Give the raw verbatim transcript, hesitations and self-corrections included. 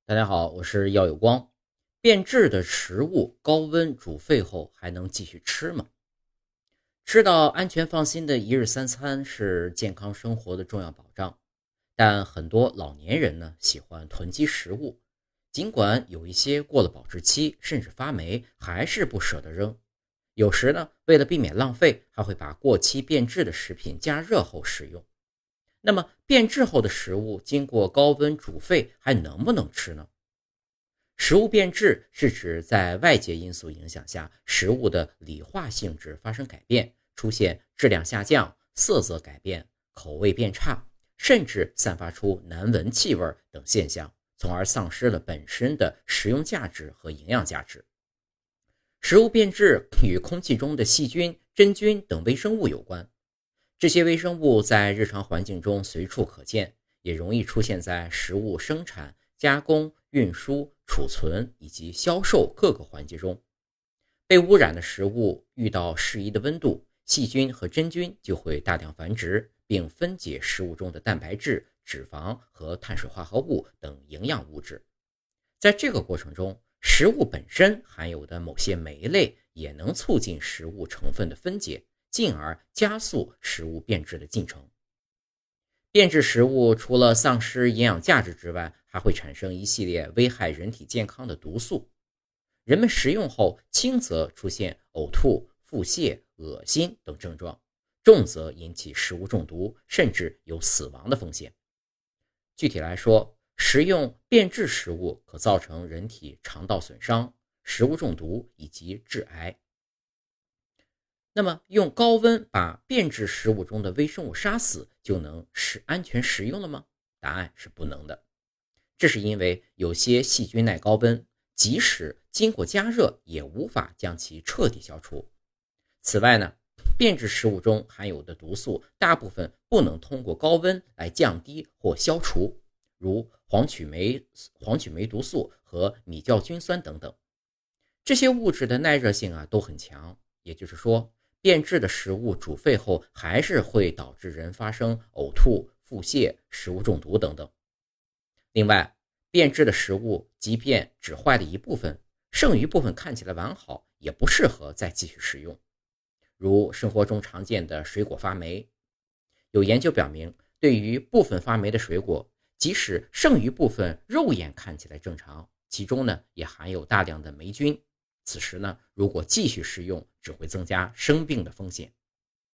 大家好，我是耀有光。变质的食物高温煮沸后还能继续吃吗？吃到安全放心的一日三餐是健康生活的重要保障，但很多老年人呢喜欢囤积食物，尽管有一些过了保质期甚至发霉，还是不舍得扔。有时呢，为了避免浪费，还会把过期变质的食品加热后食用。那么变质后的食物经过高温煮沸还能不能吃呢？食物变质是指在外界因素影响下，食物的理化性质发生改变，出现质量下降、色泽改变、口味变差，甚至散发出难闻气味等现象，从而丧失了本身的食用价值和营养价值。食物变质与空气中的细菌、真菌等微生物有关，这些微生物在日常环境中随处可见，也容易出现在食物生产、加工、运输、储存以及销售各个环节中。被污染的食物遇到适宜的温度，细菌和真菌就会大量繁殖，并分解食物中的蛋白质、脂肪和碳水化合物等营养物质。在这个过程中，食物本身含有的某些酶类也能促进食物成分的分解，进而加速食物变质的进程。变质食物除了丧失营养价值之外，还会产生一系列危害人体健康的毒素。人们食用后，轻则出现呕吐、腹泻、恶心等症状，重则引起食物中毒，甚至有死亡的风险。具体来说，食用变质食物可造成人体肠道损伤、食物中毒以及致癌。那么用高温把变质食物中的微生物杀死，就能使安全食用了吗？答案是不能的。这是因为有些细菌耐高温，即使经过加热也无法将其彻底消除。此外呢，变质食物中含有的毒素大部分不能通过高温来降低或消除，如黄曲霉、黄曲霉毒素和米酵菌酸等等。这些物质的耐热性啊都很强，也就是说，变质的食物煮沸后还是会导致人发生呕吐、腹泻、食物中毒等等。另外，变质的食物即便只坏了一部分，剩余部分看起来完好，也不适合再继续食用。如生活中常见的水果发霉，有研究表明，对于部分发霉的水果，即使剩余部分肉眼看起来正常，其中呢也含有大量的霉菌。此时呢，如果继续食用，只会增加生病的风险。